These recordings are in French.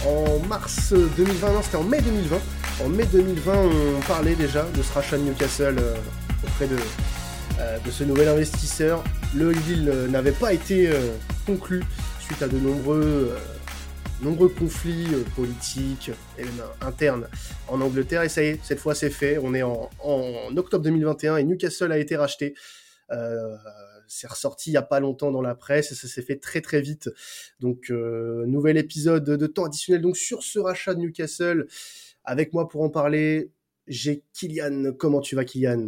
en mars 2020, non c'était en mai 2020. En mai 2020, on parlait déjà de ce rachat de Newcastle auprès de ce nouvel investisseur. Le deal n'avait pas été conclu suite à de nombreux conflits politiques et même internes en Angleterre. Et ça y est, cette fois c'est fait. On est en octobre 2021 et Newcastle a été racheté. C'est ressorti il n'y a pas longtemps dans la presse et ça s'est fait très très vite. Donc nouvel épisode de temps additionnel donc sur ce rachat de Newcastle. Avec moi pour en parler, j'ai Kylian. Comment tu vas, Kylian?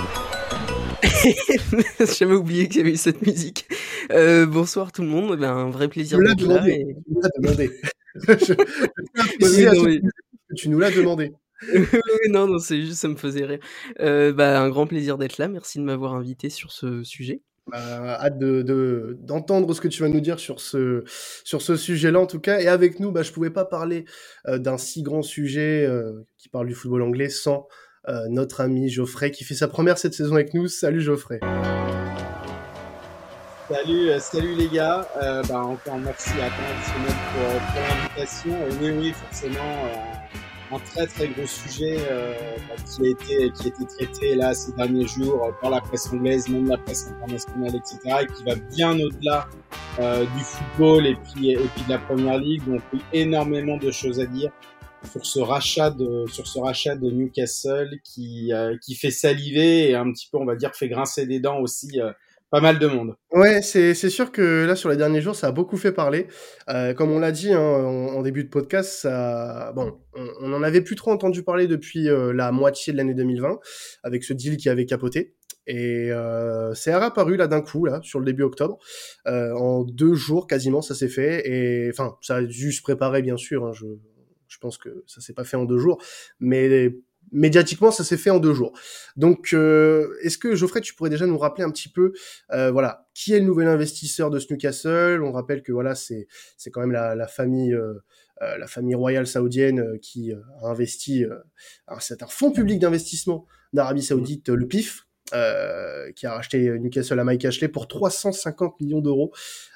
J'avais oublié qu'il y avait eu cette musique. Bonsoir tout le monde, un vrai plaisir d'être là. Tu nous l'as demandé. Tu nous l'as demandé. Non, c'est juste, ça me faisait rire. Un grand plaisir d'être là, merci de m'avoir invité sur ce sujet. Hâte d'entendre ce que tu vas nous dire sur ce sujet-là en tout cas. Et avec nous, je pouvais pas parler d'un si grand sujet qui parle du football anglais sans notre ami Geoffrey qui fait sa première cette saison avec nous. Salut Geoffrey. Salut les gars. Encore merci à toi pour l'invitation. Oui, forcément, un très très gros sujet qui a été traité là ces derniers jours par la presse anglaise, même la presse internationale, etc. et qui va bien au-delà du football et puis de la Premier League. Donc énormément de choses à dire sur ce rachat de Newcastle qui fait saliver et un petit peu, on va dire, fait grincer des dents aussi pas mal de monde. Ouais, c'est sûr que là, sur les derniers jours, ça a beaucoup fait parler. Comme on l'a dit en début de podcast, on en avait plus trop entendu parler depuis la moitié de l'année 2020, avec ce deal qui avait capoté. Et c'est réapparu là d'un coup, là, sur le début octobre. En 2 jours, quasiment, ça s'est fait. Et enfin, ça a dû se préparer, bien sûr. Je pense que ça s'est pas fait en 2 jours. Mais médiatiquement, ça s'est fait en 2 jours. Donc, est-ce que, Geoffrey, tu pourrais déjà nous rappeler un petit peu, qui est le nouvel investisseur de ce Newcastle? On rappelle que c'est quand même la famille royale saoudienne qui a investi. C'est un fonds public d'investissement d'Arabie Saoudite, le PIF. Qui a racheté Newcastle à Mike Ashley pour 350 millions d'euros.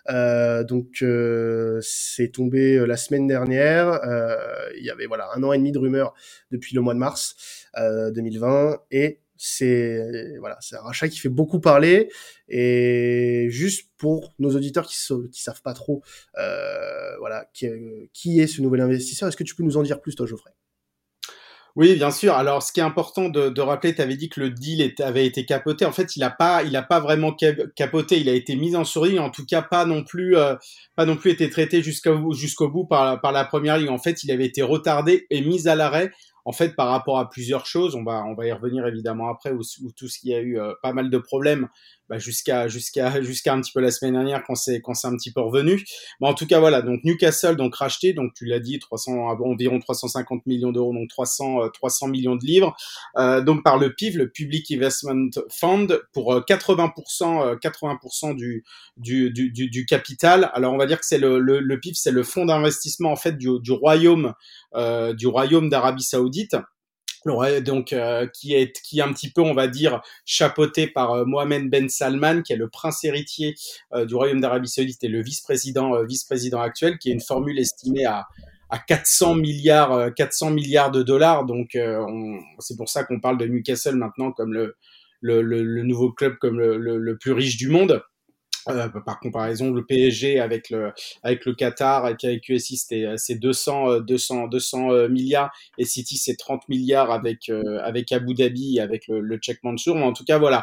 C'est tombé la semaine dernière. Il y avait 1 an et demi de rumeurs depuis le mois de mars 2020 et c'est un rachat qui fait beaucoup parler. Et juste pour nos auditeurs qui savent pas trop qui est ce nouvel investisseur, est-ce que tu peux nous en dire plus, toi, Geoffrey? Oui, bien sûr. Alors, ce qui est important de rappeler, tu avais dit que le deal avait été capoté. En fait, il a pas vraiment capoté. Il a été mis en sourdine. En tout cas, pas non plus été traité jusqu'au bout par la Première Ligue. En fait, il avait été retardé et mis à l'arrêt. En fait, par rapport à plusieurs choses, on va y revenir évidemment après, où tout ce qui a eu pas mal de problèmes, jusqu'à un petit peu la semaine dernière quand c'est un petit peu revenu. Mais en tout cas, voilà. Donc Newcastle, donc racheté, donc tu l'as dit, environ 350 millions d'euros, donc 300 millions de livres, donc par le PIF, le Public Investment Fund, pour 80% du capital. Alors on va dire que c'est le PIF, c'est le fonds d'investissement en fait du royaume d'Arabie Saoudite. Donc qui est un petit peu, on va dire, chapeauté par Mohammed Ben Salman, qui est le prince héritier du royaume d'Arabie Saoudite et le vice-président actuel, qui est une formule estimée à 400 milliards de dollars. Donc c'est pour ça qu'on parle de Newcastle maintenant comme le nouveau club, comme le plus riche du monde. Par comparaison, le PSG avec le Qatar, avec USI, c'est 200 milliards, et City c'est 30 milliards avec Abu Dhabi et avec le Cheikh Mansour. Mais en tout cas, voilà.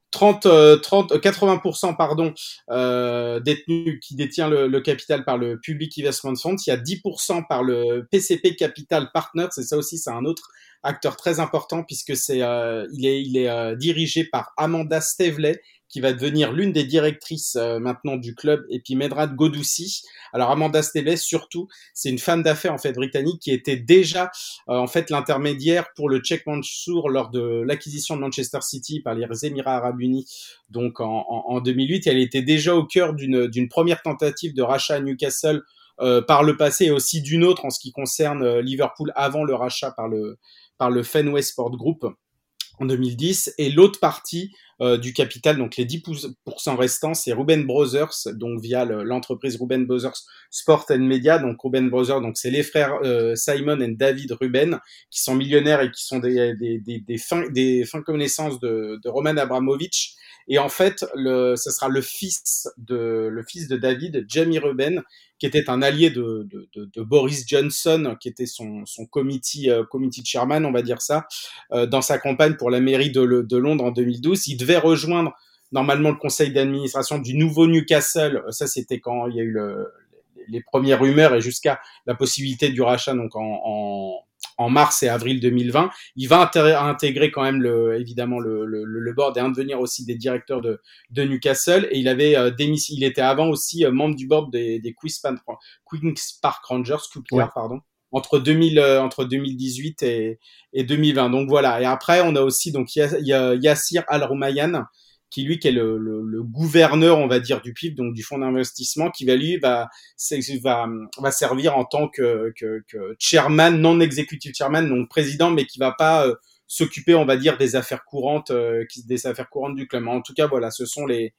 80% qui détient le capital par le Public Investment Fund. Il y a 10% par le PCP Capital Partners, et ça aussi c'est un autre acteur très important puisque il est dirigé par Amanda Staveley, qui va devenir l'une des directrices maintenant du club, et puis Medrat Godoussi. Alors Amanda Staveley, surtout, c'est une femme d'affaires en fait britannique qui était déjà en fait l'intermédiaire pour le Cheikh Mansour lors de l'acquisition de Manchester City par les Émirats Arabes Unis, donc en 2008. Et elle était déjà au cœur d'une première tentative de rachat à Newcastle par le passé, et aussi d'une autre en ce qui concerne Liverpool avant le rachat par le Fenway Sport Group en 2010, et l'autre partie du capital, donc les 10% restants, c'est Ruben Brothers, donc via l'entreprise Ruben Brothers Sport and Media. Donc Ruben Brothers, donc c'est les frères Simon et David Ruben, qui sont millionnaires et qui sont des fins connaissances de Roman Abramovich. Et en fait, ce sera le fils de David, Jamie Ruben, qui était un allié de Boris Johnson, qui était son committee chairman, on va dire ça, dans sa campagne pour la mairie de Londres en 2012. Il devait rejoindre normalement le conseil d'administration du nouveau Newcastle. Ça, c'était quand il y a eu les premières rumeurs et jusqu'à la possibilité du rachat, donc en mars et avril 2020. Il va intégrer quand même évidemment le board et devenir aussi des directeurs de Newcastle. Et il avait il était avant aussi membre du board des Queen's Park Rangers, QPR, pardon, entre 2018 et 2020. Donc voilà. Et après, on a aussi donc Yassir Al-Rumayyan, qui lui qui est le gouverneur, on va dire, du PIF, donc du fonds d'investissement, qui va servir en tant que chairman, non executive chairman, donc président, mais qui va pas s'occuper, on va dire, des affaires courantes du club. En tout cas, voilà, ce sont les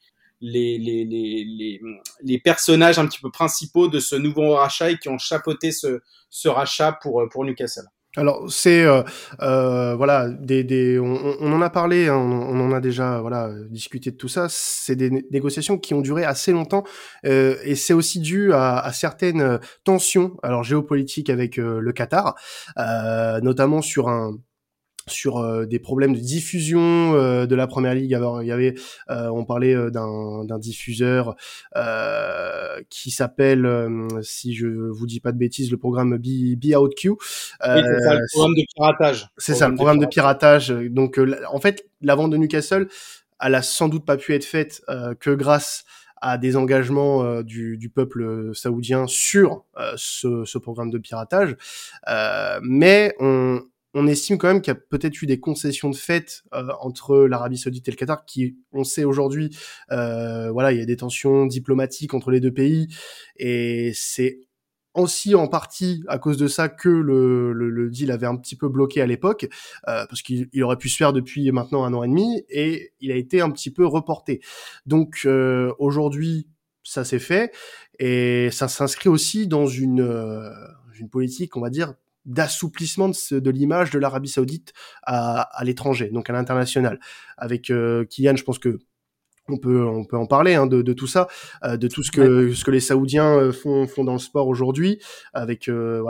personnages un petit peu principaux de ce nouveau rachat et qui ont chapeauté ce rachat pour Newcastle. Alors c'est voilà on en a parlé, hein, on en a déjà discuté de tout ça. C'est des négociations qui ont duré assez longtemps et c'est aussi dû à certaines tensions alors géopolitiques avec le Qatar, notamment sur des problèmes de diffusion de la Première Ligue. Alors il y avait on parlait d'un diffuseur qui s'appelle si je vous dis pas de bêtises, le programme Be Out Q. Oui, c'est ça, le programme de piratage. C'est ça, le programme de piratage. Donc en fait, la vente de Newcastle, elle a sans doute pas pu être faite que grâce à des engagements du peuple saoudien sur ce programme de piratage, mais on estime quand même qu'il y a peut-être eu des concessions de fait entre l'Arabie Saoudite et le Qatar, qui, on sait aujourd'hui, il y a des tensions diplomatiques entre les deux pays, et c'est aussi en partie à cause de ça que le deal avait un petit peu bloqué à l'époque, parce qu'il aurait pu se faire depuis maintenant 1 an et demi, et il a été un petit peu reporté. Donc aujourd'hui, ça s'est fait, et ça s'inscrit aussi dans une politique, on va dire, d'assouplissement de l'image de l'Arabie Saoudite à l'étranger, donc à l'international. Avec Kylian, je pense que on peut en parler de tout ça, de tout ce que les Saoudiens font dans le sport aujourd'hui, avec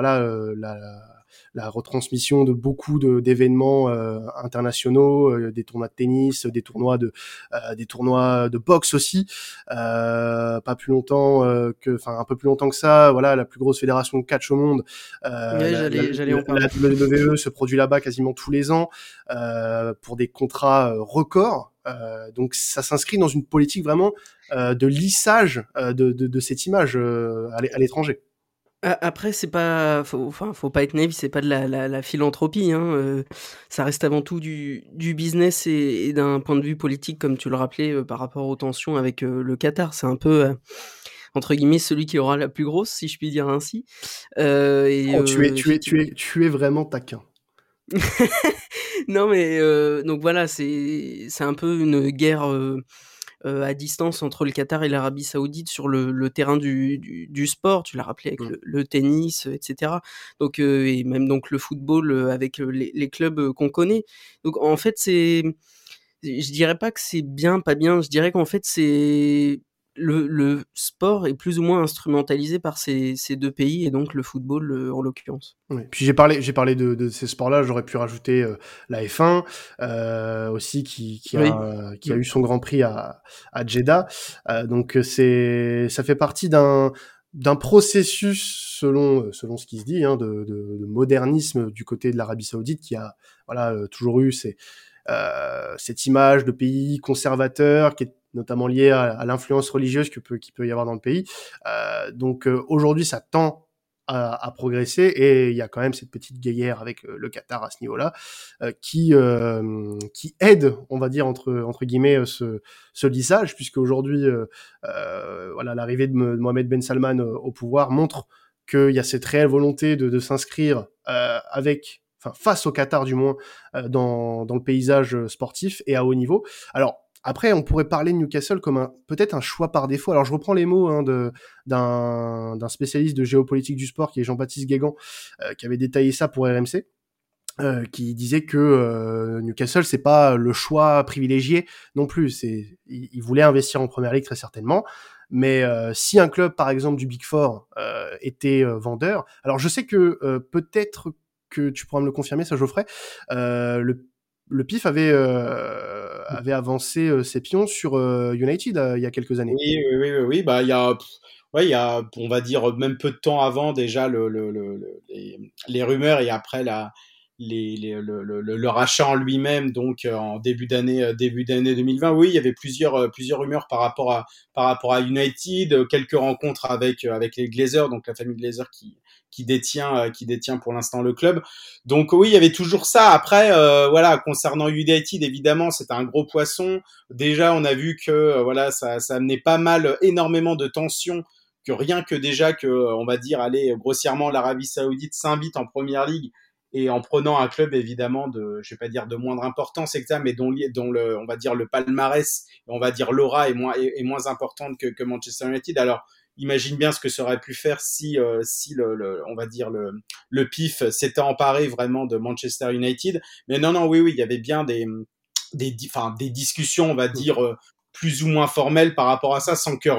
la retransmission de beaucoup d'événements internationaux, des tournois de tennis, des tournois de boxe aussi. Un peu plus longtemps que ça, voilà, la plus grosse fédération de catch au monde. J'allais en parler. La WWE se produit là-bas quasiment tous les ans pour des contrats records. Donc ça s'inscrit dans une politique vraiment de lissage de cette image à l'étranger. Après, c'est pas, faut pas être naïf, c'est pas de la philanthropie, hein. Ça reste avant tout du business et d'un point de vue politique, comme tu le rappelais, par rapport aux tensions avec le Qatar. C'est un peu, entre guillemets, celui qui aura la plus grosse, si je puis dire ainsi. Tu es vraiment taquin. Non, mais donc voilà, c'est un peu une guerre à distance entre le Qatar et l'Arabie Saoudite sur le terrain du sport. Tu l'as rappelé avec le tennis, etc. Donc et même donc le football avec les clubs qu'on connaît. Donc en fait, je dirais pas que c'est bien, pas bien. Je dirais qu'en fait c'est le sport est plus ou moins instrumentalisé par ces deux pays et donc le football en l'occurrence. Oui. Puis j'ai parlé de ces sports-là. J'aurais pu rajouter la F1 aussi qui a eu son Grand Prix à Jeddah. Donc ça fait partie d'un processus selon ce qui se dit de modernisme du côté de l'Arabie Saoudite, qui a toujours eu cette image de pays conservateur qui est notamment liée à l'influence religieuse qui peut y avoir dans le pays. Donc aujourd'hui, ça tend à progresser, et il y a quand même cette petite guéguerre avec le Qatar à ce niveau-là qui aide, on va dire entre guillemets, ce lissage, puisque aujourd'hui l'arrivée de Mohamed Ben Salman au pouvoir montre qu'il y a cette réelle volonté de s'inscrire avec enfin face au Qatar du moins, dans le paysage sportif et à haut niveau. Alors après, on pourrait parler de Newcastle comme peut-être un choix par défaut. Alors je reprends les mots d'un spécialiste de géopolitique du sport qui est Jean-Baptiste Guégan, qui avait détaillé ça pour RMC. Qui disait que Newcastle c'est pas le choix privilégié non plus. Il voulait investir en Première Ligue très certainement, mais si un club par exemple du Big Four était vendeur, alors je sais que peut-être que tu pourras me le confirmer, ça Geoffrey, le PIF avait avancé ses pions sur United il y a quelques années. Oui. Bah il y a, on va dire même peu de temps avant déjà les rumeurs et après le rachat en lui-même, donc en début d'année 2020. Oui, il y avait plusieurs rumeurs par rapport à United, quelques rencontres avec les Glazers, donc la famille Glazer qui détient pour l'instant le club. Donc oui, il y avait toujours ça. Après, voilà, concernant United, évidemment, c'est un gros poisson. Déjà, on a vu que voilà, ça amenait pas mal, énormément de tensions. Que rien que déjà que, on va dire, allez, grossièrement, l'Arabie Saoudite s'invite en Première Ligue et en prenant un club évidemment je vais pas dire de moindre importance, etc., mais dont on va dire le palmarès, on va dire l'aura est moins importante que Manchester United. Alors imagine bien ce que ça aurait pu faire si on va dire le PIF s'était emparé vraiment de Manchester United. Mais non, oui, il y avait bien des discussions, on va dire, plus ou moins formelles par rapport à ça,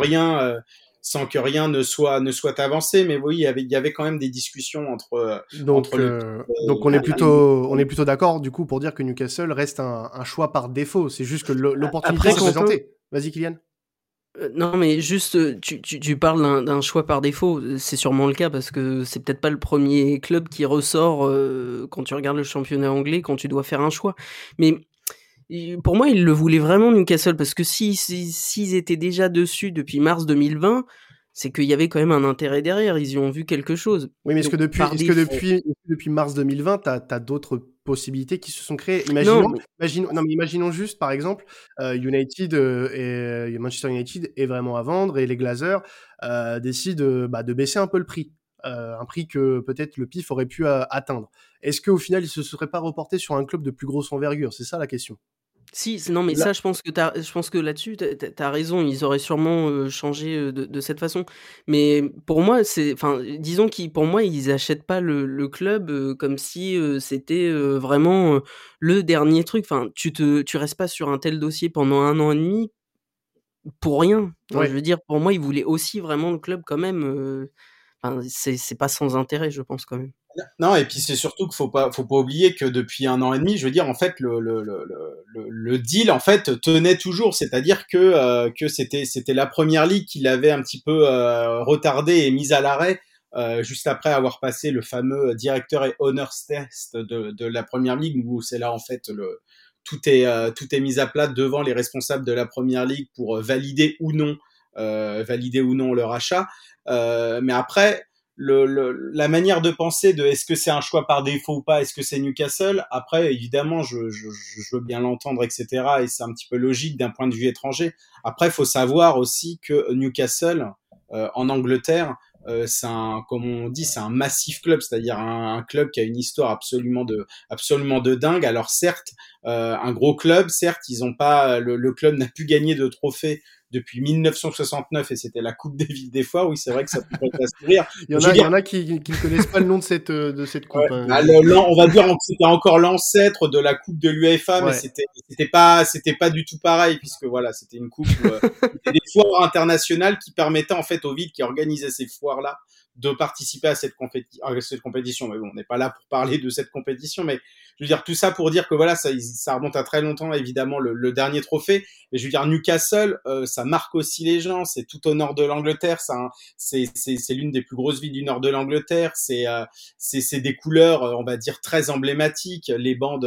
sans que rien ne soit avancé. Mais oui, il y avait quand même des discussions entre le donc on est plutôt d'accord du coup pour dire que Newcastle reste un choix par défaut. C'est juste que l'opportunité Après, s'est présentée. Vas-y Kylian. Non, mais juste, tu parles d'un choix par défaut. C'est sûrement le cas parce que c'est peut-être pas le premier club qui ressort quand tu regardes le championnat anglais, quand tu dois faire un choix. Mais pour moi, ils le voulaient vraiment, Newcastle, parce que s'ils étaient déjà dessus depuis mars 2020, c'est qu'il y avait quand même un intérêt derrière. Ils y ont vu quelque chose. Oui, mais Donc, par défaut... depuis mars 2020, t'as d'autres possibilités qui se sont créées. Non, Imaginons juste, par exemple, United et Manchester United est vraiment à vendre et les Glazers décident de baisser un peu le prix. Un prix que peut-être le PIF aurait pu atteindre. Est-ce qu'au final, il se serait pas reporté sur un club de plus grosse envergure? C'est ça la question. Non, mais Là, ça, je pense que là-dessus, t'as raison. Ils auraient sûrement changé de cette façon. Mais pour moi, disons pour moi, ils achètent pas le club comme si c'était vraiment le dernier truc. Enfin, tu restes pas sur un tel dossier pendant 1 an et demi pour rien. Enfin, je ouais. veux dire, pour moi, ils voulaient aussi vraiment le club quand même. Enfin, c'est pas sans intérêt, je pense quand même. Non, et puis c'est surtout qu'il faut pas oublier que depuis 1 an et demi, je veux dire, en fait, le deal, en fait, tenait toujours. C'est-à-dire que c'était la Première Ligue qui l'avait un petit peu retardé et mise à l'arrêt juste après avoir passé le fameux directeur et owners test de la Première Ligue, où c'est là, en fait, tout est mis à plat devant les responsables de la Première Ligue pour valider ou non leur achat. Mais après, la manière de penser de est-ce que c'est un choix par défaut ou pas, est-ce que c'est Newcastle, après évidemment je veux bien l'entendre, etc., et c'est un petit peu logique d'un point de vue étranger. Après il faut savoir aussi que Newcastle en Angleterre, comme on dit, c'est un massif club, c'est-à-dire un club qui a une histoire absolument de dingue. Alors certes, un gros club, certes, ils ont pas, le club n'a plus gagné de trophée depuis 1969 et c'était la Coupe des Villes des Foires. Oui, c'est vrai que ça peut pas se sourire. Il y en a qui ne connaissent pas le nom de cette coupe. Ouais, on va dire que c'était encore l'ancêtre de la Coupe de l'UEFA, mais Ouais. c'était pas du tout pareil, puisque voilà, c'était une coupe où c'était des foires internationales qui permettaient en fait aux villes qui organisaient ces foires-là de participer à cette compétition. Mais bon, on n'est pas là pour parler de cette compétition, mais je veux dire tout ça pour dire que voilà, ça remonte à très longtemps, évidemment, le dernier trophée. Mais je veux dire, Newcastle, ça marque aussi les gens. C'est tout au nord de l'Angleterre. C'est l'une des plus grosses villes du nord de l'Angleterre. C'est des couleurs, on va dire, très emblématiques. Les bandes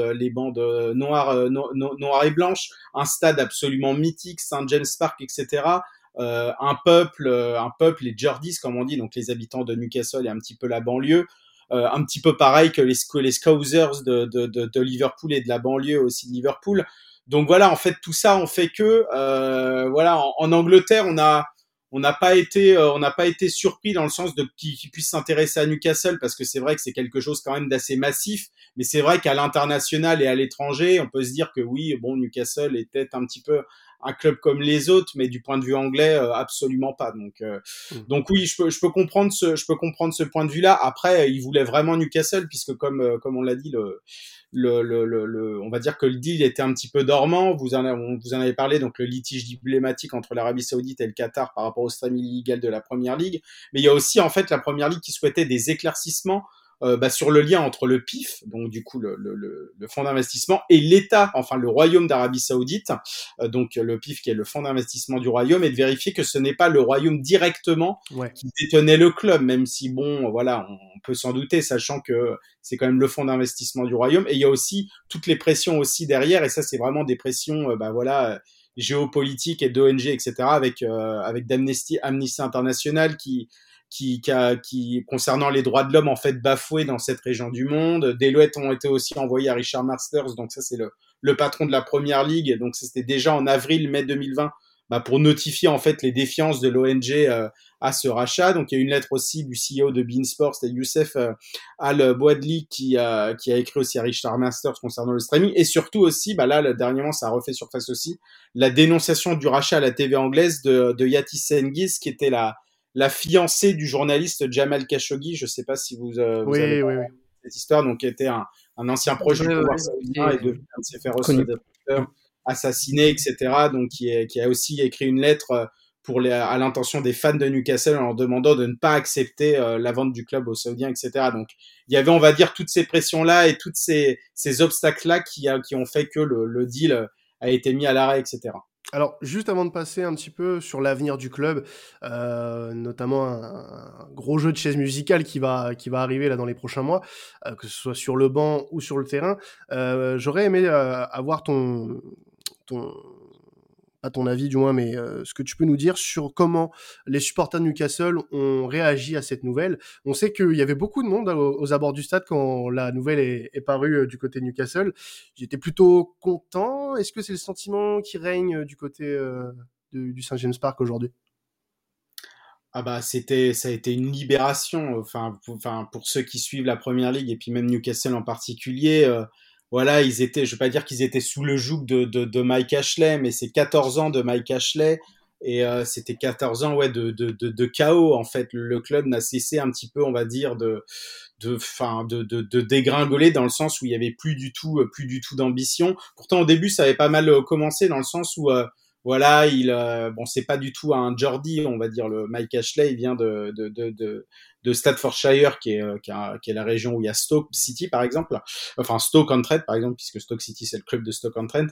noires et blanches. Un stade absolument mythique, St James Park, etc. Un peuple, les Geordies, comme on dit, donc les habitants de Newcastle et un petit peu la banlieue. Un petit peu pareil que les Scousers de Liverpool et de la banlieue aussi de Liverpool. Donc voilà, en fait, tout ça, on fait que, voilà, en Angleterre, on on n'a pas été surpris dans le sens de qu'il puisse s'intéresser à Newcastle parce que c'est vrai que c'est quelque chose quand même d'assez massif. Mais c'est vrai qu'à l'international et à l'étranger, on peut se dire que oui, bon, Newcastle est peut-être un petit peu un club comme les autres, mais du point de vue anglais, absolument pas. Donc oui, je peux comprendre je peux comprendre ce point de vue-là. Après, il voulait vraiment Newcastle puisque comme on l'a dit, on va dire que le deal était un petit peu dormant. Vous en avez parlé, donc le litige diplomatique entre l'Arabie Saoudite et le Qatar par rapport au streaming illégal de la Première Ligue. Mais il y a aussi en fait la Première Ligue qui souhaitait des éclaircissements sur le lien entre le PIF, donc du coup le fonds d'investissement, et l'État, enfin le Royaume d'Arabie Saoudite, donc le PIF qui est le fonds d'investissement du Royaume, et de vérifier que ce n'est pas le Royaume directement qui détenait le club, même si bon, voilà, on peut s'en douter, sachant que c'est quand même le fonds d'investissement du Royaume, et il y a aussi toutes les pressions aussi derrière, et ça c'est vraiment des pressions, géopolitiques et d'ONG, etc., avec d'Amnesty International qui concernant les droits de l'homme en fait bafoués dans cette région du monde. Des lettres ont été aussi envoyées à Richard Masters, donc ça c'est le patron de la Première Ligue, donc c'était déjà en mai 2020 pour notifier en fait les défiances de l'ONG à ce rachat. Donc il y a une lettre aussi du CEO de beIN Sports, Youssef Al Boadli qui a écrit aussi à Richard Masters concernant le streaming, et surtout aussi là dernièrement ça a refait surface aussi la dénonciation du rachat à la TV anglaise de Yati Sengiz qui était la fiancée du journaliste Jamal Khashoggi. Je ne sais pas si vous avez cette histoire, donc qui était un ancien proche du pouvoir saoudien et devenu un de ses féroces détracteurs, assassiné, etc. Donc qui a aussi écrit une lettre à l'intention des fans de Newcastle en leur demandant de ne pas accepter la vente du club aux Saoudiens, etc. Donc il y avait, on va dire, toutes ces pressions-là et toutes ces obstacles-là qui ont fait que le deal a été mis à l'arrêt, etc. Alors, juste avant de passer un petit peu sur l'avenir du club, notamment un gros jeu de chaises musicales qui va arriver là dans les prochains mois, que ce soit sur le banc ou sur le terrain, j'aurais aimé avoir pas ton avis du moins, mais ce que tu peux nous dire sur comment les supporters de Newcastle ont réagi à cette nouvelle. On sait qu'il y avait beaucoup de monde aux abords du stade quand la nouvelle est parue du côté de Newcastle. J'étais plutôt content. Est-ce que c'est le sentiment qui règne du côté du St James Park aujourd'hui ? Ça a été une libération, pour ceux qui suivent la Première Ligue et puis même Newcastle en particulier. Voilà, je vais pas dire qu'ils étaient sous le joug de Mike Ashley, mais c'est 14 ans de Mike Ashley et c'était 14 ans de chaos en fait. Le club n'a cessé un petit peu, on va dire, de dégringoler dans le sens où il y avait plus du tout d'ambition. Pourtant au début ça avait pas mal commencé dans le sens où voilà, c'est pas du tout un Geordie, on va dire. Le Mike Ashley, il vient de Staffordshire, qui est la région où il y a Stoke City, par exemple. Enfin, Stoke-on-Trent, par exemple, puisque Stoke City, c'est le club de Stoke-on-Trent.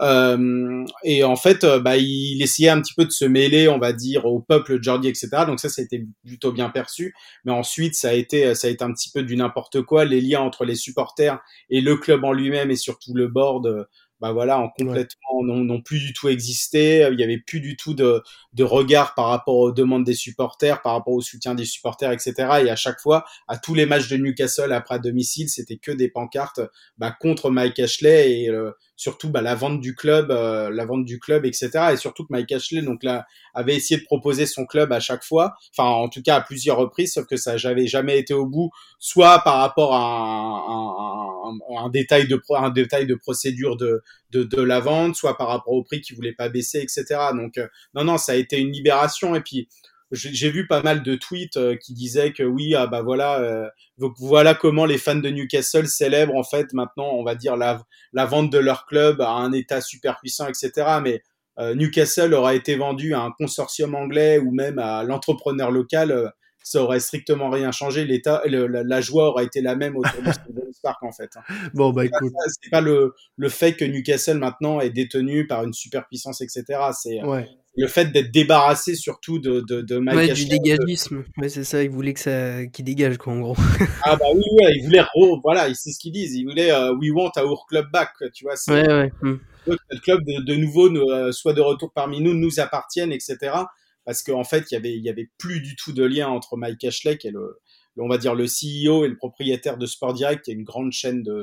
Et en fait, il essayait un petit peu de se mêler, on va dire, au peuple Geordie, etc. Donc ça a été plutôt bien perçu. Mais ensuite, ça a été un petit peu du n'importe quoi. Les liens entre les supporters et le club en lui-même et surtout le board, ont complètement n'ont plus du tout existé. Il y avait plus du tout de regard par rapport aux demandes des supporters, par rapport au soutien des supporters, etc. Et à chaque fois, à tous les matchs de Newcastle après à domicile, c'était que des pancartes contre Mike Ashley et surtout la vente du club, etc. Et surtout que Mike Ashley donc là avait essayé de proposer son club à chaque fois, enfin en tout cas à plusieurs reprises, sauf que ça n'avait jamais été au bout, soit par rapport à un détail de procédure de la vente, soit par rapport au prix qu'il voulait pas baisser, etc. Donc non, ça a été une libération. Et puis j'ai vu pas mal de tweets qui disaient que oui, voilà comment les fans de Newcastle célèbrent en fait maintenant, on va dire la vente de leur club à un état super puissant, etc. Mais Newcastle aura été vendu à un consortium anglais ou même à l'entrepreneur local, ça aurait strictement rien changé. La joie aura été la même autour de James Park en fait. Bon écoute, c'est pas le fait que Newcastle maintenant est détenu par une superpuissance, etc. C'est le fait d'être débarrassé surtout de Mike Ashley. Du dégagisme. Ouais, c'est ça. Ils voulaient qu'il dégage quoi en gros. Ah oui, ils voulaient voilà, c'est ce qu'ils disent. Ils voulaient we want our club back, tu vois. Le club de nouveau soit de retour parmi nous, nous appartiennent, etc. Parce qu'en fait, il y avait plus du tout de lien entre Mike Ashley, qui est on va dire le CEO et le propriétaire de Sport Direct, qui est une grande chaîne de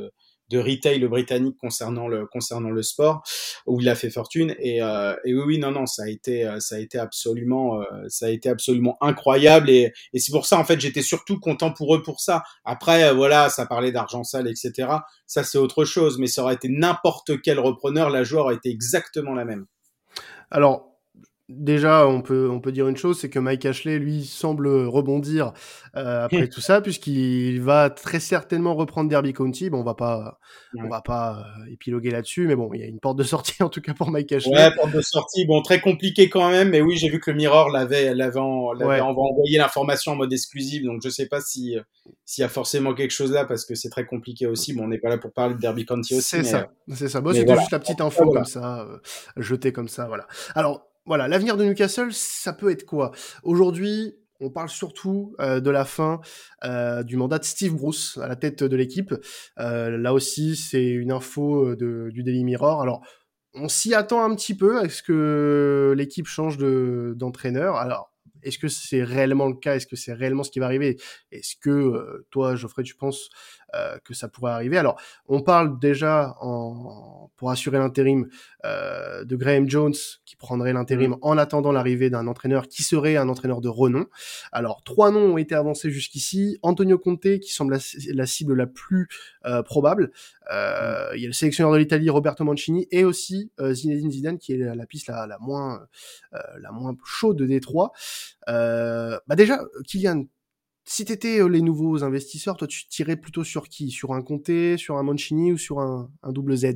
de retail britannique concernant le sport, où il a fait fortune. Et oui, non, ça a été absolument incroyable. Et c'est pour ça, en fait, j'étais surtout content pour eux pour ça. Après, voilà, ça parlait d'argent sale, etc. Ça, c'est autre chose. Mais ça aurait été n'importe quel repreneur, la joie aurait été exactement la même. Alors, déjà, on peut dire une chose, c'est que Mike Ashley, lui, semble rebondir après tout ça, puisqu'il va très certainement reprendre Derby County. Bon, on va pas épiloguer là-dessus, mais bon, il y a une porte de sortie en tout cas pour Mike Ashley. Ouais, porte de sortie, bon, très compliqué quand même, mais oui, j'ai vu que le Mirror l'avait envoyé l'information en mode exclusif, donc je sais pas s'il y a forcément quelque chose là, parce que c'est très compliqué aussi. Bon, on n'est pas là pour parler de Derby County aussi, c'est ça. Bon, mais c'était voilà. juste la petite En tout cas, info voilà. comme ça, jetée comme ça, voilà. Alors, voilà, l'avenir de Newcastle, ça peut être quoi? Aujourd'hui, on parle surtout de la fin du mandat de Steve Bruce à la tête de l'équipe. Là aussi, c'est une info du Daily Mirror. Alors, on s'y attend un petit peu à ce que l'équipe change d'entraîneur. Alors, est-ce que c'est réellement le cas? Est-ce que c'est réellement ce qui va arriver? Est-ce que toi, Geoffrey, tu penses que ça pourrait arriver? Alors, on parle déjà pour assurer l'intérim de Graham Jones qui prendrait l'intérim en attendant l'arrivée d'un entraîneur qui serait un entraîneur de renom. Alors, 3 noms ont été avancés jusqu'ici. Antonio Conte qui semble la cible la plus probable. Il y a le sélectionneur de l'Italie Roberto Mancini et aussi Zinedine Zidane qui est la piste la moins chaude des trois. Déjà, Kylian, si t'étais les nouveaux investisseurs, toi tu tirais plutôt sur qui? Sur un Conte, sur un Mancini ou sur un double Z?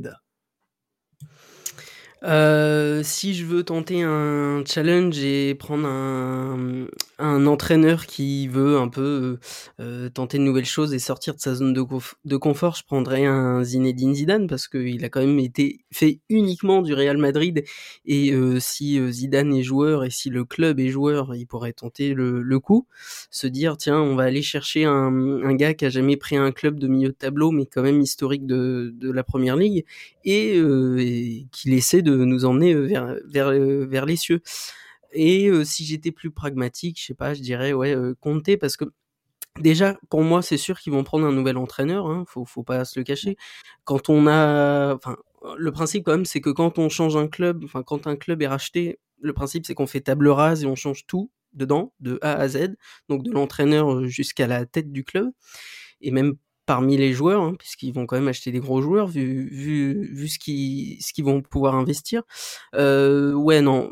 Si je veux tenter un challenge et prendre un entraîneur qui veut un peu tenter de nouvelles choses et sortir de sa zone de confort, je prendrais un Zinedine Zidane parce qu'il a quand même été fait uniquement du Real Madrid et si Zidane est joueur et si le club est joueur, il pourrait tenter le coup, se dire tiens on va aller chercher un gars qui a jamais pris un club de milieu de tableau mais quand même historique de la première ligue et qu'il essaie de nous emmener vers les cieux. Et si j'étais plus pragmatique, je sais pas, je dirais Conte parce que déjà pour moi c'est sûr qu'ils vont prendre un nouvel entraîneur, hein, faut pas se le cacher. Quand on a, enfin, le principe quand même c'est que quand on change un club, enfin quand un club est racheté, le principe c'est qu'on fait table rase et on change tout dedans, de A à Z, donc de l'entraîneur jusqu'à la tête du club et même parmi les joueurs, hein, puisqu'ils vont quand même acheter des gros joueurs vu ce qu'ils vont pouvoir investir. Non,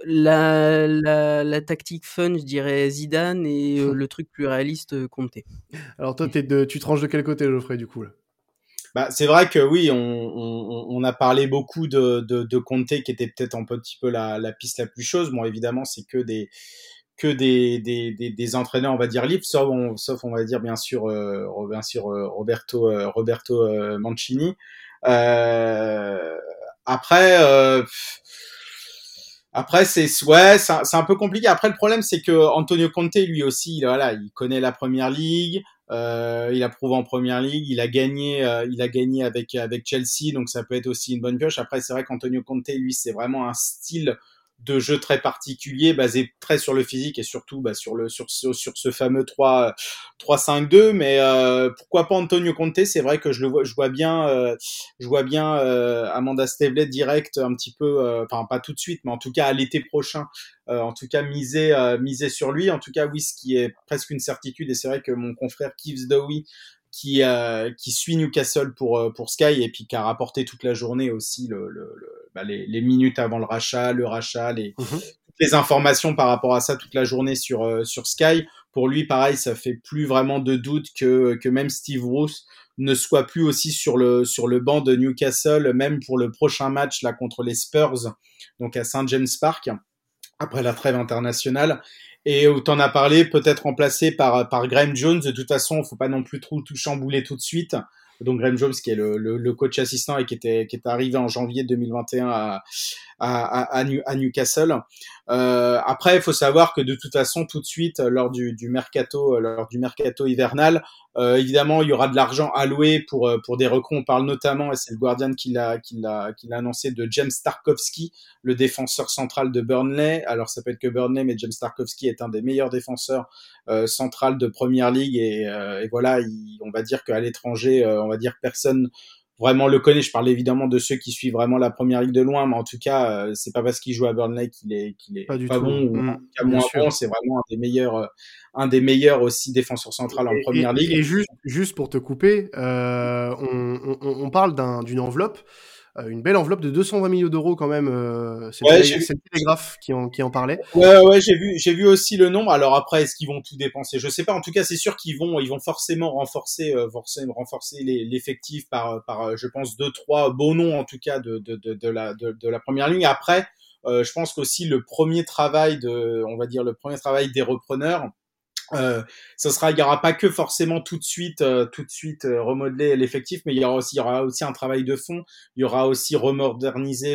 la tactique fun, je dirais Zidane et le truc plus réaliste, Conte. Alors toi, tu tranches de quel côté, Geoffrey, du coup là? C'est vrai que oui, on a parlé beaucoup de Conte qui était peut-être un petit peu la piste la plus chaude. Bon, évidemment, c'est que des entraîneurs, on va dire libres, sauf on va dire bien sûr Roberto Mancini. Euh, après après c'est un peu compliqué. Après le problème c'est que Antonio Conte lui aussi il connaît la première ligue. Il a prouvé en première ligue, il a gagné avec Chelsea, donc ça peut être aussi une bonne pioche. Après c'est vrai qu'Antonio Conte lui c'est vraiment un style de jeu très particulier, basé très sur le physique et surtout sur ce fameux 3-5-2. Mais pourquoi pas Antonio Conte? C'est vrai que je vois bien Amanda Staveley direct un petit peu, enfin pas tout de suite, mais en tout cas à l'été prochain. En tout cas miser sur lui. En tout cas oui, ce qui est presque une certitude. Et c'est vrai que mon confrère Keith Dowie qui suit Newcastle pour Sky et puis qui a rapporté toute la journée aussi les minutes avant le rachat, toutes les informations par rapport à ça toute la journée sur Sky. Pour lui, pareil, ça fait plus vraiment de doute que même Steve Bruce ne soit plus aussi sur le banc de Newcastle, même pour le prochain match là contre les Spurs, donc à St James Park, après la trêve internationale. Et où t'en as parlé, peut-être remplacé par Graham Jones. De toute façon, faut pas non plus tout chambouler tout de suite. Donc Graham Jones, qui est le coach assistant et qui est arrivé en janvier 2021 à Newcastle. Après, il faut savoir que de toute façon, tout de suite, lors du mercato hivernal, évidemment, il y aura de l'argent alloué pour des recrues. On parle notamment, et c'est le Guardian qui l'a annoncé, de James Tarkowski, le défenseur central de Burnley. Alors, ça peut être que Burnley, mais James Tarkowski est un des meilleurs défenseurs central de Première Ligue et voilà, on va dire qu'à l'étranger, on va dire personne vraiment le connaît. Je parle évidemment de ceux qui suivent vraiment la première ligue de loin, mais en tout cas, c'est pas parce qu'il joue à Burnley qu'il est Pas du pas tout. bon ou en tout cas Bien moins sûr. bon. C'est vraiment un des meilleurs aussi défenseurs central en première ligue. Et juste pour te couper, on parle d'une enveloppe, une belle enveloppe de 220 millions d'euros quand même. C'est Ouais, c'est le Télégraphe qui en parlait. ouais, j'ai vu aussi le nombre. Alors après, est-ce qu'ils vont tout dépenser? Je sais pas. En tout cas, c'est sûr ils vont forcément renforcer l'effectif par, je pense, deux, trois beaux noms en tout cas de la première ligne. Après, je pense qu'aussi on va dire le premier travail des repreneurs. Il y aura pas que forcément tout de suite remodeler l'effectif, mais il y aura aussi un travail de fond. Il y aura aussi remoderniser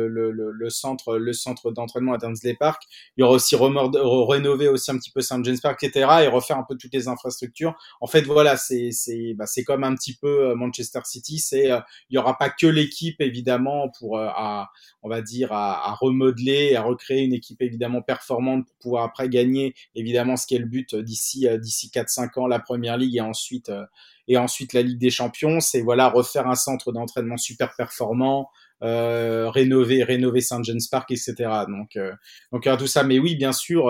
le centre d'entraînement à Densleigh Park. Il y aura aussi rénover aussi un petit peu St James Park, etc. et refaire un peu toutes les infrastructures. En fait, voilà, c'est comme un petit peu Manchester City. Il y aura pas que l'équipe évidemment on va dire à remodeler, à recréer une équipe évidemment performante pour pouvoir après gagner évidemment ce qui est le but d'ici 4-5 ans la Première Ligue et ensuite la Ligue des Champions. C'est voilà refaire un centre d'entraînement super performant, rénover St James Park, etc. Donc tout ça. Mais oui, bien sûr,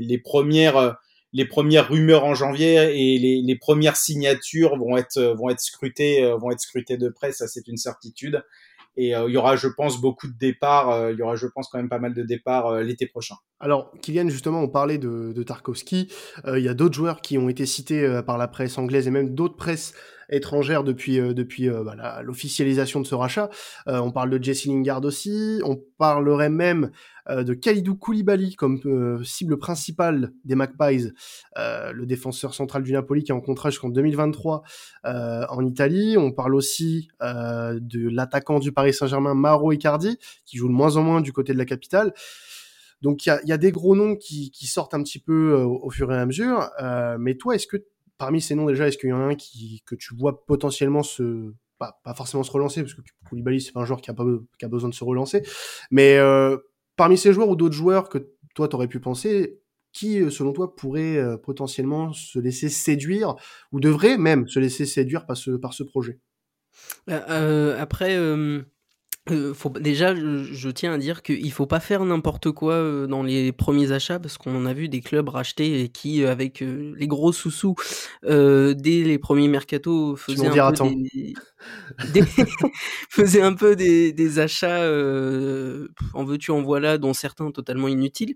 les premières rumeurs en janvier et les premières signatures vont être scrutées de près, ça c'est une certitude. Et il y aura, je pense, beaucoup de départs. Il y aura, je pense, quand même pas mal de départs l'été prochain. Alors, Kylian, justement, on parlait de Tarkowski. Il y a d'autres joueurs qui ont été cités par la presse anglaise et même d'autres presses étrangères depuis l'officialisation de ce rachat. On parle de Jesse Lingard aussi. On parlerait même de Kalidou Koulibaly comme cible principale des Magpies, le défenseur central du Napoli qui est en contrat jusqu'en 2023 en Italie. On parle aussi de l'attaquant du Paris Saint-Germain, Mauro Icardi, qui joue de moins en moins du côté de la capitale. Donc il y a des gros noms qui sortent un petit peu au fur et à mesure. Mais toi, est-ce que parmi ces noms déjà, est-ce qu'il y en a un que tu vois potentiellement pas forcément se relancer, parce que Koulibaly c'est pas un joueur qui a besoin de se relancer, mais parmi ces joueurs ou d'autres joueurs que toi t'aurais pu penser, qui selon toi pourrait potentiellement se laisser séduire ou devrait même se laisser séduire par ce projet? Après, déjà, je tiens à dire qu'il faut pas faire n'importe quoi dans les premiers achats, parce qu'on a vu des clubs rachetés et qui, avec les gros sous-sous, dès les premiers mercatos, Tu m'en diras tant. des, faisaient un peu des achats, en veux-tu en voilà, dont certains totalement inutiles.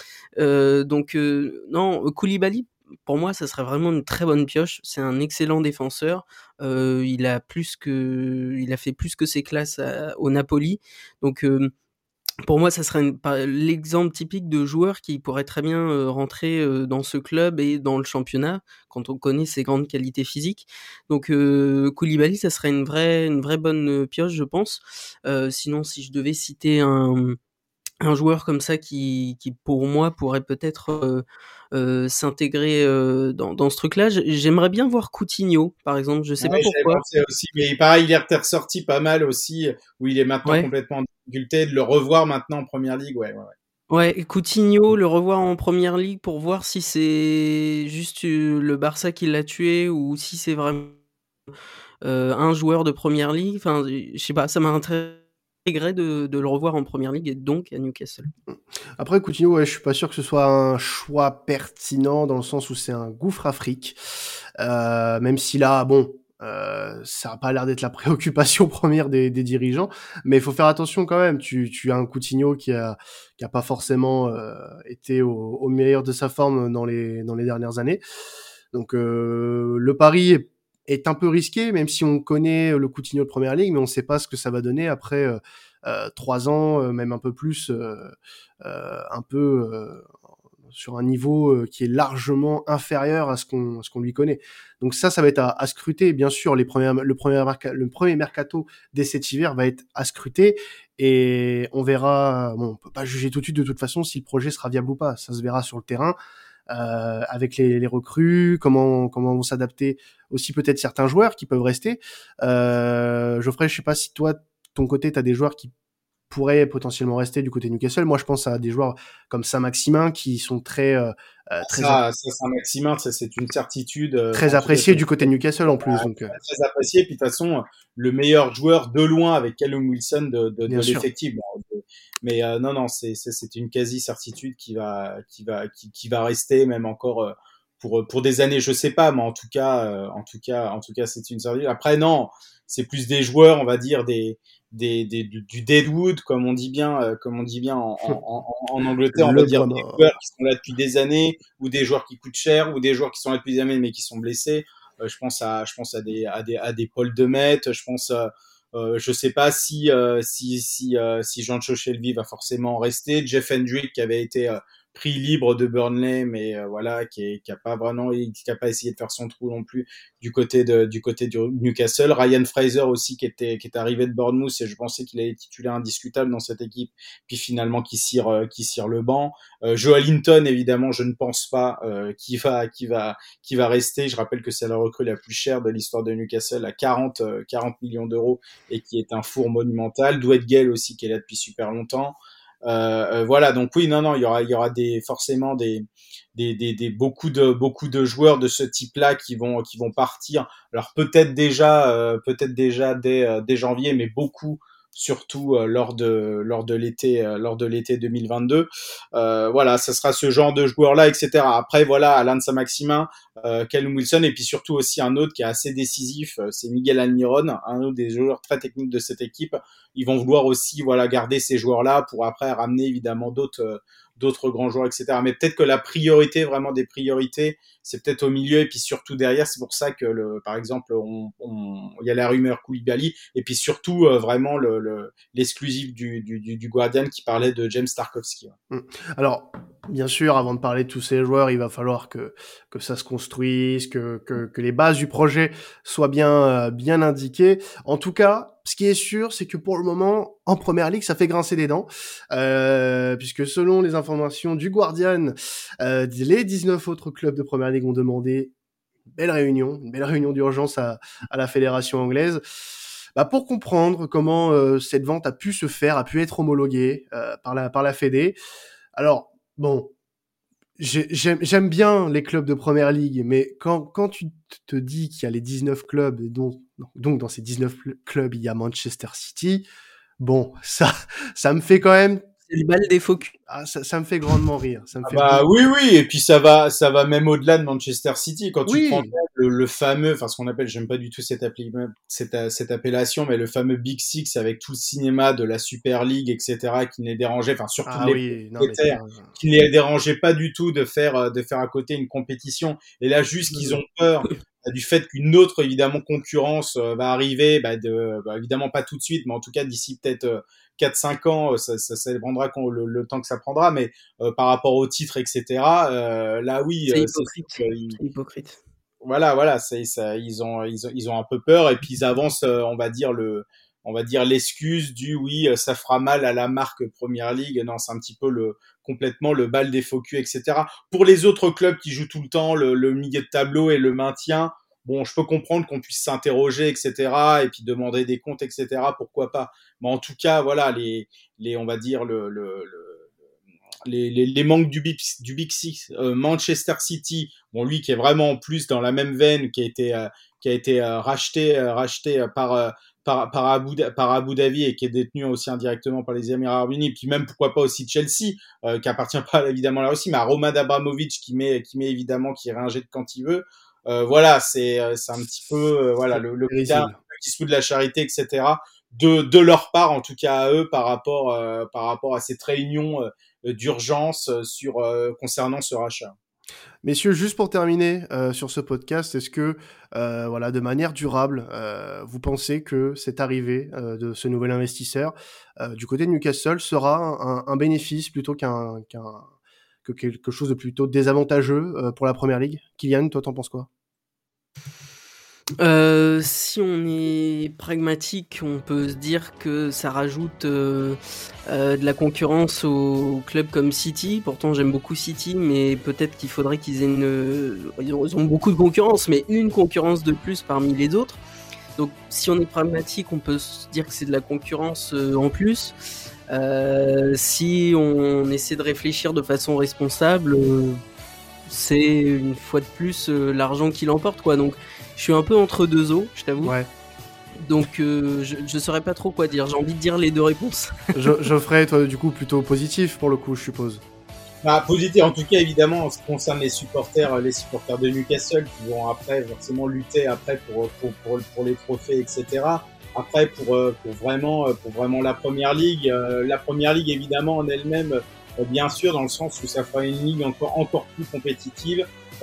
Non, Koulibaly, pour moi, ça serait vraiment une très bonne pioche. C'est un excellent défenseur. Il a fait plus que ses classes au Napoli. Donc, pour moi, ça serait l'exemple typique de joueur qui pourrait très bien rentrer dans ce club et dans le championnat, quand on connaît ses grandes qualités physiques. Donc, Koulibaly, ça serait une vraie bonne pioche, je pense. Sinon, si je devais citer un joueur comme ça qui pour moi pourrait peut-être s'intégrer dans ce truc-là. J'aimerais bien voir Coutinho, par exemple. Je sais pas Ouais, j'avais pourquoi. pensé aussi, mais pareil, il est ressorti pas mal aussi, où il est maintenant Ouais, complètement en difficulté, de le revoir maintenant en première ligue, ouais. ouais, Coutinho, le revoir en première ligue pour voir si c'est juste le Barça qui l'a tué ou si c'est vraiment un joueur de première ligue. Enfin, je sais pas, ça m'intéresserait de le revoir en première ligue et donc à Newcastle. Après, Coutinho, ouais, je suis pas sûr que ce soit un choix pertinent dans le sens où c'est un gouffre afrique. Même si là, bon, ça a pas l'air d'être la préoccupation première des dirigeants, mais il faut faire attention quand même. Tu as un Coutinho qui a pas forcément été au meilleur de sa forme dans les dernières années. Donc le pari est un peu risqué, même si on connaît le Coutinho de première ligue, mais on sait pas ce que ça va donner après 3 ans, même un peu plus, un peu sur un niveau qui est largement inférieur à ce qu'on lui connaît. Donc ça va être à scruter. Bien sûr, le premier mercato dès cet hiver va être à scruter et on verra. Bon, on peut pas juger tout de suite de toute façon si le projet sera viable ou pas. Ça se verra sur le terrain. Avec les recrues, comment vont s'adapter aussi peut-être certains joueurs qui peuvent rester. Geoffrey, je sais pas si toi, de ton côté, tu as des joueurs qui pourraient potentiellement rester du côté de Newcastle. Moi, je pense à des joueurs comme Saint-Maximin qui sont très Saint-Maximin, ça c'est une certitude. très appréciés du côté de Newcastle en plus. Donc, très apprécié. Puis de toute façon, le meilleur joueur de loin avec Callum Wilson de l'effectif. Mais non, c'est une quasi certitude qui va rester même encore pour des années, je sais pas, mais en tout cas, c'est une certitude. Après, non, c'est plus des joueurs, on va dire du deadwood, comme on dit bien en Angleterre, on va dire des joueurs qui sont là depuis des années, ou des joueurs qui coûtent cher, ou des joueurs qui sont là depuis des années mais qui sont blessés. Je pense à des Paul Demet, je pense je sais pas si Jean-Cho Shelby va forcément rester. Jeff Hendrick qui avait été pris libre de Burnley, mais voilà, qui a pas essayé de faire son trou non plus du côté du Newcastle. Ryan Fraser aussi qui est arrivé de Bournemouth, et je pensais qu'il allait être titulaire indiscutable dans cette équipe, puis finalement qui cire le banc. Joe Linton, évidemment, je ne pense pas qui va rester. Je rappelle que c'est la recrue la plus chère de l'histoire de Newcastle à 40 millions d'euros, et qui est un four monumental. Dwight Gale aussi, qui est là depuis super longtemps. Voilà, donc oui, non, il y aura forcément beaucoup de joueurs de ce type-là qui vont partir. Alors peut-être déjà dès janvier, mais beaucoup surtout lors de l'été 2022. Voilà, ça sera ce genre de joueurs-là, etc. Après, voilà, Alan Saint-Maximin, Callum Wilson, et puis surtout aussi un autre qui est assez décisif, c'est Miguel Almiron, un autre des joueurs très techniques de cette équipe. Ils vont vouloir aussi, voilà, garder ces joueurs-là pour après ramener évidemment d'autres grands joueurs, etc. Mais peut-être que la priorité, vraiment des priorités, c'est peut-être au milieu, et puis surtout derrière. C'est pour ça que par exemple, il y a la rumeur Koulibaly, et puis surtout vraiment l'exclusif du Guardian qui parlait de James Tarkowski. Alors, bien sûr, avant de parler de tous ces joueurs, il va falloir que ça se construise, que les bases du projet soient bien indiquées. En tout cas, ce qui est sûr, c'est que pour le moment, en Première Ligue, ça fait grincer des dents, puisque selon les informations du Guardian, les 19 autres clubs de Première Ligue ont demandé une belle réunion d'urgence à la fédération anglaise, pour comprendre comment cette vente a pu se faire, a pu être homologuée par la Fédé. Alors, bon, j'aime bien les clubs de Première Ligue, mais quand tu te dis qu'il y a les 19 clubs, donc dans ces 19 clubs, il y a Manchester City, bon, ça me fait quand même... C'est le bal des faux culs. Ah, ça me fait grandement rire. Oui, et puis ça va même au-delà de Manchester City. Quand tu prends le fameux, enfin ce qu'on appelle, j'aime pas du tout cette appellation, mais le fameux Big Six avec tout le cinéma de la Super League, etc., qui ne les dérangeait, enfin surtout qui ne les dérangeait pas du tout de faire à côté une compétition. Et là, juste qu'ils ont peur du fait qu'une autre, évidemment, concurrence va arriver, évidemment pas tout de suite, mais en tout cas d'ici peut-être 4-5 ans, ça prendra le temps que ça prendra, mais par rapport au titre, etc. Là, oui, c'est hypocrite. Voilà, ils ont un peu peur, et puis ils avancent, on va dire l'excuse du oui, ça fera mal à la marque Premier League. Non, c'est un petit peu complètement le bal des faux culs, etc. Pour les autres clubs qui jouent tout le temps le milieu de tableau et le maintien, bon, je peux comprendre qu'on puisse s'interroger, etc., et puis demander des comptes, etc., pourquoi pas. Mais en tout cas, voilà, on va dire les manques du Big Six, Manchester City, bon, lui qui est vraiment en plus dans la même veine, qui a été racheté par Abu Dhabi, et qui est détenu aussi indirectement par les Émirats Arabes Unis, puis même pourquoi pas aussi Chelsea, qui appartient pas évidemment à la Russie, mais à Roman Abramovich qui met évidemment, qui réinjecte quand il veut. Voilà, c'est un petit peu voilà le qui se fout de la charité, etc., de leur part, en tout cas à eux, par rapport à cette réunion d'urgence concernant ce rachat. Messieurs, juste pour terminer sur ce podcast, est-ce que, de manière durable, vous pensez que cette arrivée de ce nouvel investisseur du côté de Newcastle sera un bénéfice plutôt que quelque chose de plutôt désavantageux pour la Première Ligue? Kylian, toi, t'en penses quoi? Si on est pragmatique, on peut se dire que ça rajoute de la concurrence aux clubs comme City. Pourtant, j'aime beaucoup City, mais peut-être qu'il faudrait qu'ils aient ils ont beaucoup de concurrence, mais une concurrence de plus parmi les autres. Donc, si on est pragmatique, on peut se dire que c'est de la concurrence en plus. Si on essaie de réfléchir de façon responsable, c'est une fois de plus l'argent qui l'emporte, quoi. Donc je suis un peu entre deux eaux, je t'avoue. Ouais. Donc je saurais pas trop quoi dire. J'ai envie de dire les deux réponses. Geoffrey, toi, du coup, plutôt positif pour le coup, je suppose. Bah, positif, en tout cas, évidemment, en ce qui concerne les supporters de Newcastle qui vont après forcément lutter après pour les trophées, etc. Après, pour vraiment la première ligue, évidemment, en elle-même, bien sûr, dans le sens où ça fera une ligue encore plus compétitive.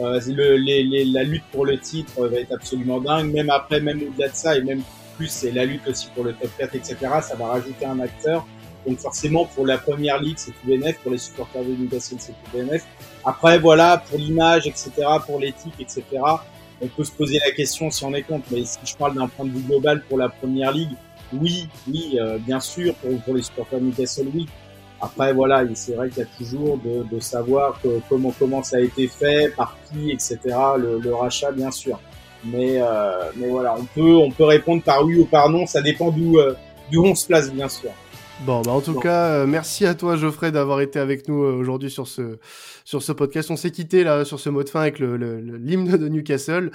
La lutte pour le titre va être absolument dingue. Même après, même au-delà de ça, et même plus, c'est la lutte aussi pour le top 4, etc. Ça va rajouter un acteur. Donc forcément, pour la première ligue, c'est tout bénef. Pour les supporters de Newcastle, c'est tout bénef. Après, voilà, pour l'image, etc., pour l'éthique, etc., on peut se poser la question si on est contre. Mais si je parle d'un point de vue global pour la première ligue, oui, bien sûr. Pour les supporters de Newcastle, oui. Après, voilà, c'est vrai qu'il y a toujours de savoir comment ça a été fait, par qui, etc., le rachat, bien sûr. Mais voilà, on peut répondre par oui ou par non. Ça dépend d'où on se place, bien sûr. Bon, bah en tout cas, merci à toi Geoffrey d'avoir été avec nous aujourd'hui sur ce podcast. On s'est quitté là sur ce mot de fin avec l'hymne de Newcastle.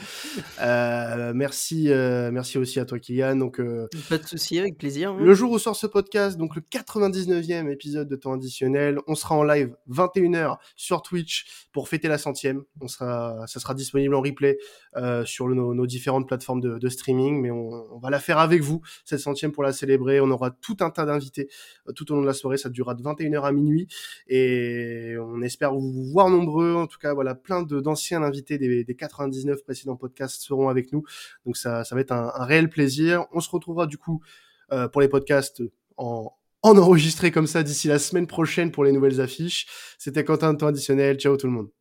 Merci aussi à toi Kylian. Donc pas de souci, avec plaisir. Le jour où sort ce podcast, donc le 99e épisode de Temps Additionnel, on sera en live 21h sur Twitch pour fêter la 100e. Ça sera disponible en replay sur nos différentes plateformes de streaming, mais on va la faire avec vous, cette 100e, pour la célébrer. On aura tout un tas d'invités tout au long de la soirée. Ça durera de 21h à minuit et on espère vous voir nombreux. En tout cas, voilà, plein d'anciens invités des 99 précédents podcasts seront avec nous. Donc ça va être un réel plaisir. On se retrouvera du coup pour les podcasts en enregistré comme ça d'ici la semaine prochaine pour les nouvelles affiches. C'était Quentin de Temps Additionnel. Ciao tout le monde.